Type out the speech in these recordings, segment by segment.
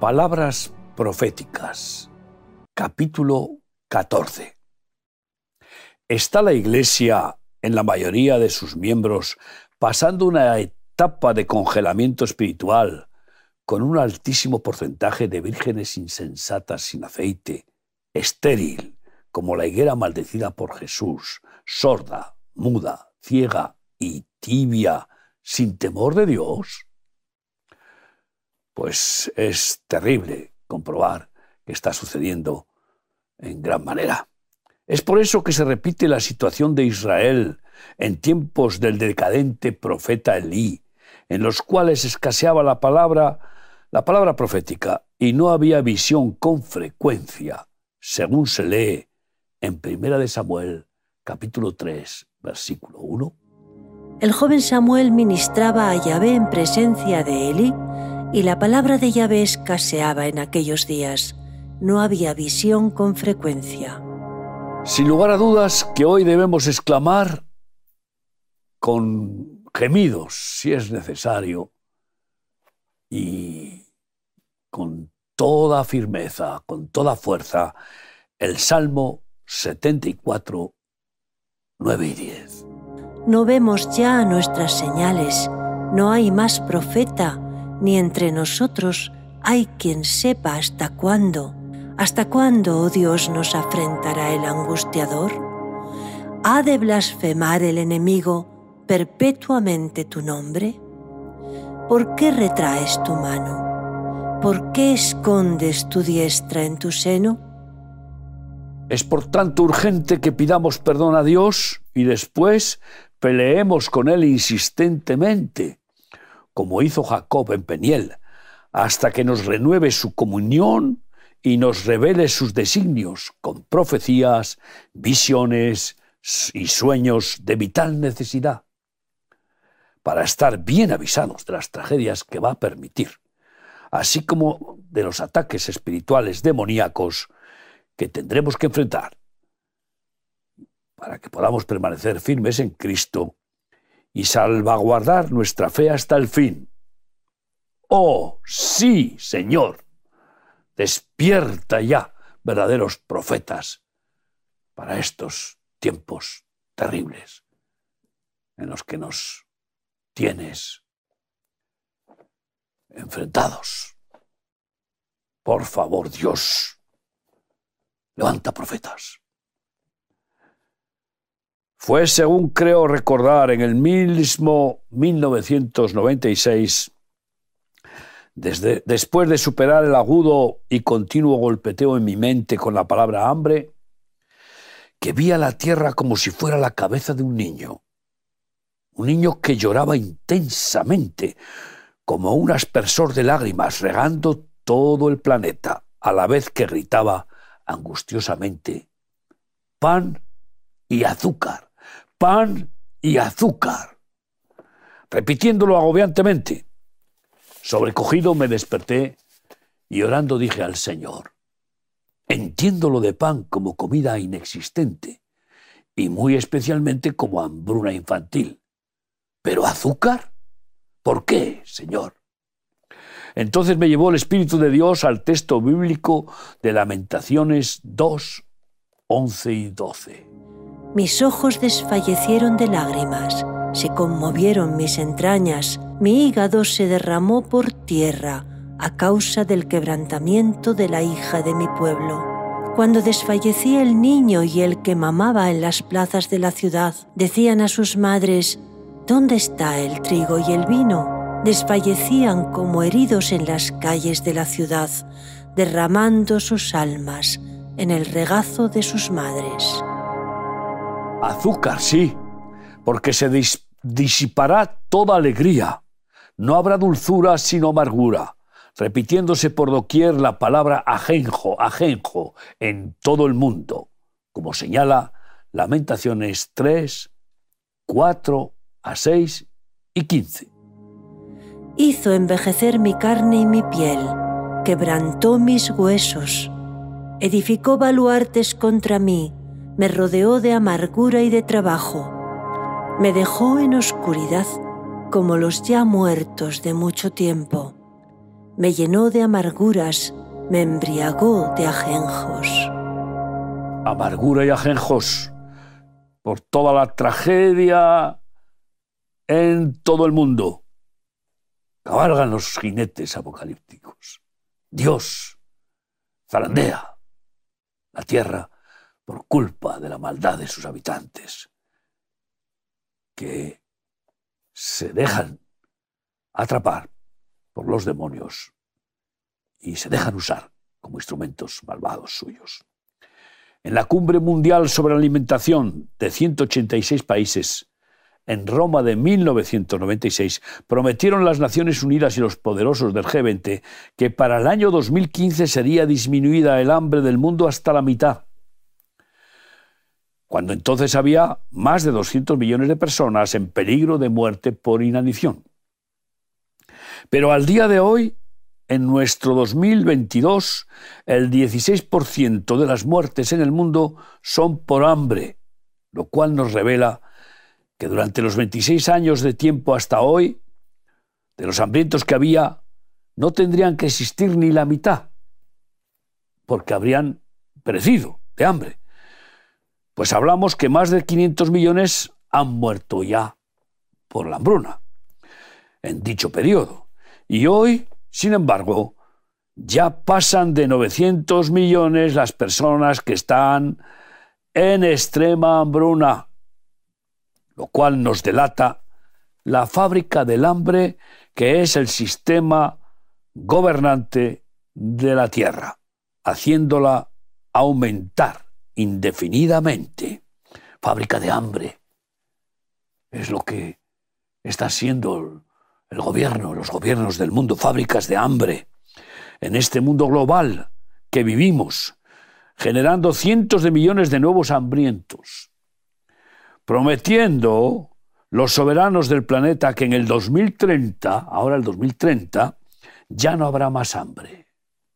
Palabras proféticas, capítulo 14. ¿Está la Iglesia, en la mayoría de sus miembros, pasando una etapa de congelamiento espiritual con un altísimo porcentaje de vírgenes insensatas sin aceite, estéril, como la higuera maldecida por Jesús, sorda, muda, ciega y tibia, sin temor de Dios? Pues es terrible comprobar que está sucediendo en gran manera. Es por eso que se repite la situación de Israel en tiempos del decadente profeta Elí, en los cuales escaseaba la palabra profética y no había visión con frecuencia, según se lee en 1 Samuel, capítulo 3, versículo 1. El joven Samuel ministraba a Yahvé en presencia de Elí, y la palabra de Yahvé escaseaba en aquellos días. No había visión con frecuencia. Sin lugar a dudas que hoy debemos exclamar con gemidos, si es necesario, y con toda firmeza, con toda fuerza, el Salmo 74, 9 y 10. No vemos ya nuestras señales, no hay más profeta, ni entre nosotros hay quien sepa hasta cuándo. ¿Hasta cuándo, oh Dios, nos afrentará el angustiador? ¿Ha de blasfemar el enemigo perpetuamente tu nombre? ¿Por qué retraes tu mano? ¿Por qué escondes tu diestra en tu seno? Es por tanto urgente que pidamos perdón a Dios y después peleemos con Él insistentemente, como hizo Jacob en Peniel, hasta que nos renueve su comunión y nos revele sus designios con profecías, visiones y sueños de vital necesidad, para estar bien avisados de las tragedias que va a permitir, así como de los ataques espirituales demoníacos que tendremos que enfrentar, para que podamos permanecer firmes en Cristo y salvaguardar nuestra fe hasta el fin. ¡Oh, sí, Señor! Despierta ya, verdaderos profetas, para estos tiempos terribles en los que nos tienes enfrentados. Por favor, Dios, levanta profetas. Fue, según creo recordar, en el mismo 1996, después de superar el agudo y continuo golpeteo en mi mente con la palabra hambre, que vi a la tierra como si fuera la cabeza de un niño que lloraba intensamente, como un aspersor de lágrimas regando todo el planeta, a la vez que gritaba angustiosamente: pan y azúcar, pan y azúcar, repitiéndolo agobiantemente. Sobrecogido me desperté y orando dije al Señor: entiendo lo de pan como comida inexistente y muy especialmente como hambruna infantil. ¿Pero azúcar? ¿Por qué, Señor? Entonces me llevó el Espíritu de Dios al texto bíblico de Lamentaciones 2, 11 y 12. Mis ojos desfallecieron de lágrimas, se conmovieron mis entrañas, mi hígado se derramó por tierra a causa del quebrantamiento de la hija de mi pueblo. Cuando desfallecía el niño y el que mamaba en las plazas de la ciudad, decían a sus madres: ¿dónde está el trigo y el vino? Desfallecían como heridos en las calles de la ciudad, derramando sus almas en el regazo de sus madres. Azúcar, sí, porque se disipará toda alegría. No habrá dulzura sino amargura, repitiéndose por doquier la palabra ajenjo, ajenjo, en todo el mundo, como señala Lamentaciones 3, 4 a 6 y 15. Hizo envejecer mi carne y mi piel, quebrantó mis huesos, edificó baluartes contra mí, me rodeó de amargura y de trabajo, me dejó en oscuridad como los ya muertos de mucho tiempo. me llenó de amarguras, me embriagó de ajenjos. Amargura y ajenjos por toda la tragedia en todo el mundo. Cabalgan los jinetes apocalípticos. Dios zarandea la tierra por culpa de la maldad de sus habitantes, que se dejan atrapar por los demonios y se dejan usar como instrumentos malvados suyos. En la Cumbre Mundial sobre la Alimentación de 186 países, en Roma de 1996, prometieron las Naciones Unidas y los poderosos del G20 que para el año 2015 sería disminuida el hambre del mundo hasta la mitad, cuando entonces había más de 200 millones de personas en peligro de muerte por inanición. Pero al día de hoy, en nuestro 2022, el 16% de las muertes en el mundo son por hambre, lo cual nos revela que durante los 26 años de tiempo hasta hoy, de los hambrientos que había, no tendrían que existir ni la mitad, porque habrían perecido de hambre. Pues hablamos que más de 500 millones han muerto ya por la hambruna en dicho periodo. Y hoy, sin embargo, ya pasan de 900 millones las personas que están en extrema hambruna, lo cual nos delata la fábrica del hambre que es el sistema gobernante de la tierra, haciéndola aumentar indefinidamente. Fábrica de hambre es lo que está siendo el gobierno, los gobiernos del mundo, fábricas de hambre en este mundo global que vivimos, generando cientos de millones de nuevos hambrientos, prometiendo los soberanos del planeta que en el 2030, ahora el 2030, ya no habrá más hambre.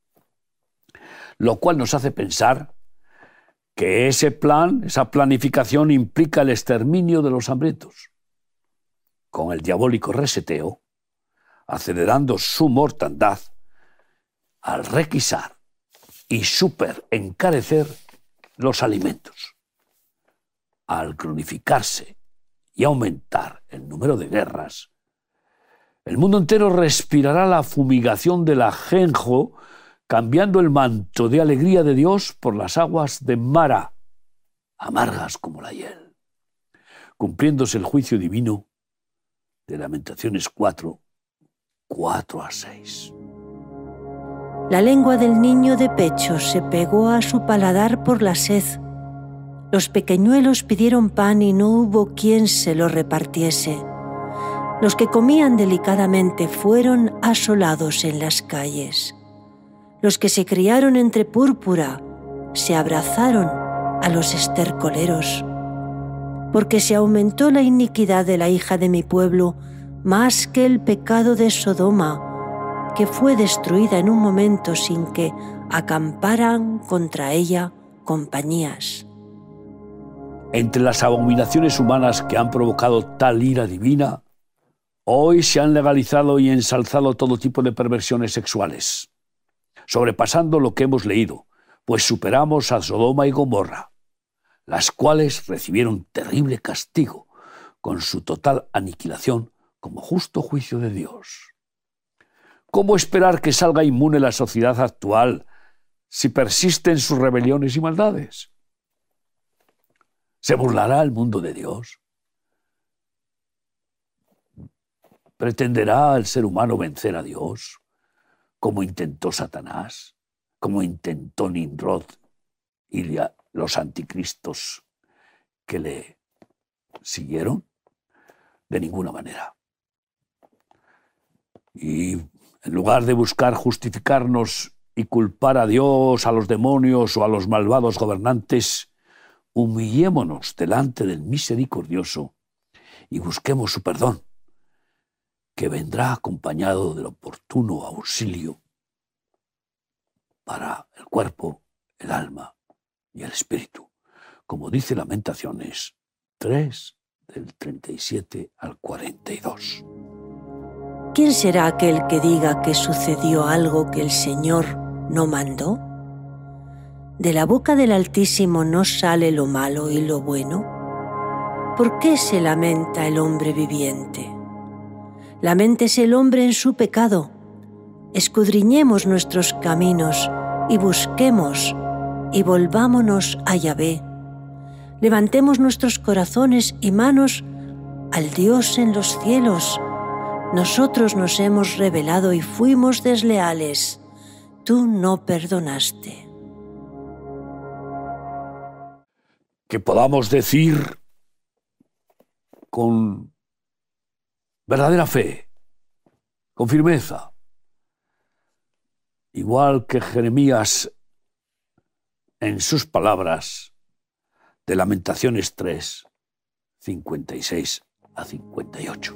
Lo cual nos hace pensar que ese plan, esa planificación implica el exterminio de los hambrientos, con el diabólico reseteo, acelerando su mortandad al requisar y encarecer los alimentos, al cronificarse y aumentar el número de guerras. El mundo entero respirará la fumigación del ajenjo, cambiando el manto de alegría de Dios por las aguas de Mara, amargas como la hiel, cumpliéndose el juicio divino de Lamentaciones 4:4-6. La lengua del niño de pecho se pegó a su paladar por la sed. Los pequeñuelos pidieron pan y no hubo quien se lo repartiese. Los que comían delicadamente fueron asolados en las calles. Los que se criaron entre púrpura se abrazaron a los estercoleros. Porque se aumentó la iniquidad de la hija de mi pueblo más que el pecado de Sodoma, que fue destruida en un momento sin que acamparan contra ella compañías. Entre las abominaciones humanas que han provocado tal ira divina, hoy se han legalizado y ensalzado todo tipo de perversiones sexuales, sobrepasando lo que hemos leído, pues superamos a Sodoma y Gomorra, las cuales recibieron terrible castigo con su total aniquilación como justo juicio de Dios. ¿Cómo esperar que salga inmune la sociedad actual si persisten sus rebeliones y maldades? ¿Se burlará el mundo de Dios? ¿Pretenderá el ser humano vencer a Dios, como intentó Satanás, como intentó Nimrod y los anticristos que le siguieron? De ninguna manera. Y en lugar de buscar justificarnos y culpar a Dios, a los demonios o a los malvados gobernantes, humillémonos delante del misericordioso y busquemos su perdón, que vendrá acompañado del oportuno auxilio para el cuerpo, el alma y el espíritu, como dice Lamentaciones 3, del 37 al 42. ¿quién será aquel que diga que sucedió algo que el Señor no mandó? ¿De la boca del Altísimo no sale lo malo y lo bueno? ¿Por qué se lamenta el hombre viviente? Laméntese el hombre en su pecado. Escudriñemos nuestros caminos y busquemos y volvámonos a Yahvé. Levantemos nuestros corazones y manos al Dios en los cielos. Nosotros nos hemos rebelado y fuimos desleales. Tú no perdonaste. Que podamos decir con verdadera fe, con firmeza, igual que Jeremías en sus palabras de Lamentaciones 3, 56 a 58.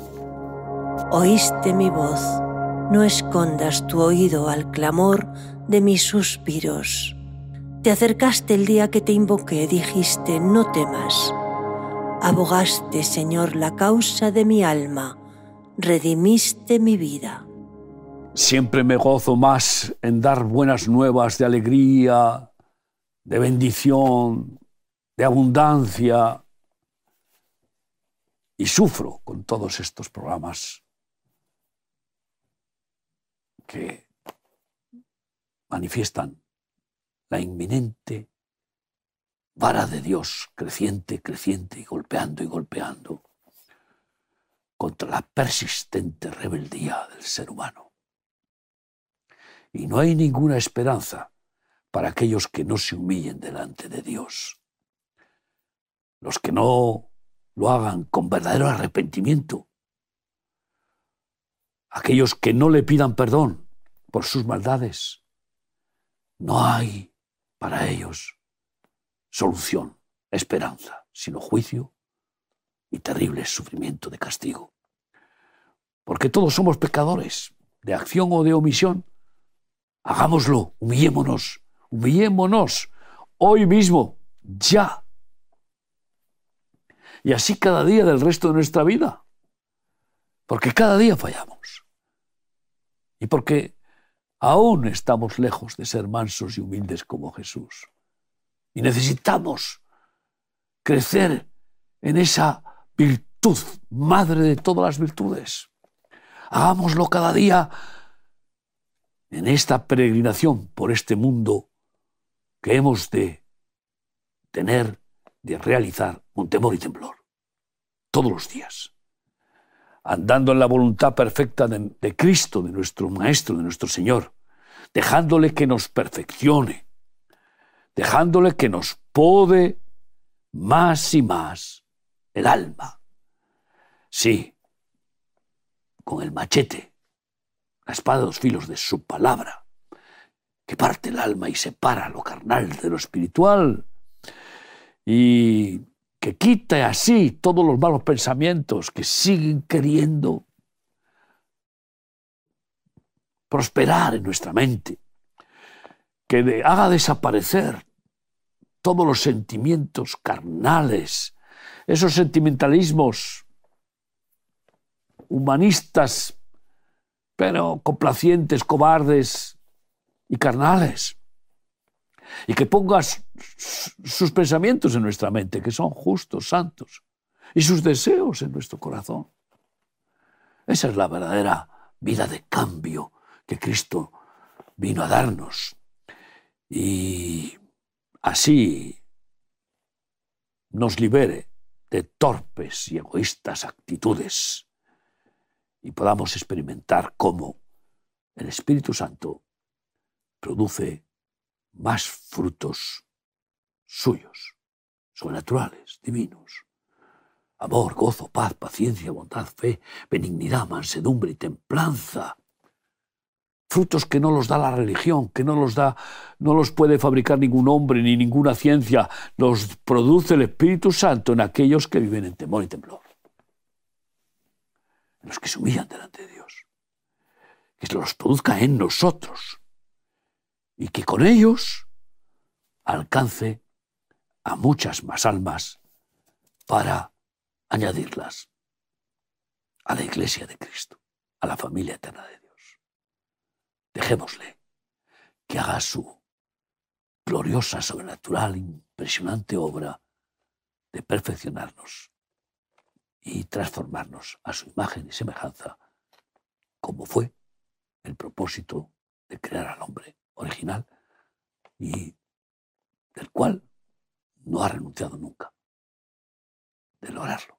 Oíste mi voz, no escondas tu oído al clamor de mis suspiros. Te acercaste el día que te invoqué, dijiste, no temas. Abogaste, Señor, la causa de mi alma, redimiste mi vida. Siempre me gozo más en dar buenas nuevas de alegría, de bendición, de abundancia, y sufro con todos estos programas que manifiestan la inminente vara de Dios creciente, creciente y golpeando contra la persistente rebeldía del ser humano. Y no hay ninguna esperanza para aquellos que no se humillen delante de Dios. Los que no lo hagan con verdadero arrepentimiento. Aquellos que no le pidan perdón por sus maldades. No hay para ellos solución, esperanza, sino juicio y terrible sufrimiento de castigo. Porque todos somos pecadores, de acción o de omisión. Hagámoslo, humillémonos hoy mismo, ya. Y así cada día del resto de nuestra vida. Porque cada día fallamos. Y porque aún estamos lejos de ser mansos y humildes como Jesús. Y necesitamos crecer en esa virtud, madre de todas las virtudes. Hagámoslo cada día en esta peregrinación por este mundo que hemos de tener, de realizar con temor y temblor. Todos los días. Andando en la voluntad perfecta de Cristo, de nuestro Maestro, de nuestro Señor. Dejándole que nos perfeccione. Dejándole que nos pode más y más el alma. Sí, con el machete, la espada de dos filos de su palabra, que parte el alma y separa lo carnal de lo espiritual, y que quita así todos los malos pensamientos que siguen queriendo prosperar en nuestra mente, que haga desaparecer todos los sentimientos carnales, esos sentimentalismos humanistas, pero complacientes, cobardes y carnales. Y que pongas sus pensamientos en nuestra mente, que son justos, santos, y sus deseos en nuestro corazón. Esa es la verdadera vida de cambio que Cristo vino a darnos. Y así nos libere de torpes y egoístas actitudes y podamos experimentar cómo el Espíritu Santo produce más frutos suyos, sobrenaturales, divinos. Amor, gozo, paz, paciencia, bondad, fe, benignidad, mansedumbre y templanza. Frutos que no los da la religión, que no los puede fabricar ningún hombre ni ninguna ciencia. Los produce el Espíritu Santo en aquellos que viven en temor y temblor. En los que se humillan delante de Dios. Que los produzca en nosotros. Y que con ellos alcance a muchas más almas para añadirlas a la Iglesia de Cristo. a la familia eterna de Dios. Dejémosle que haga su gloriosa, sobrenatural, impresionante obra de perfeccionarnos y transformarnos a su imagen y semejanza, como fue el propósito de crear al hombre original y del cual no ha renunciado nunca de lograrlo.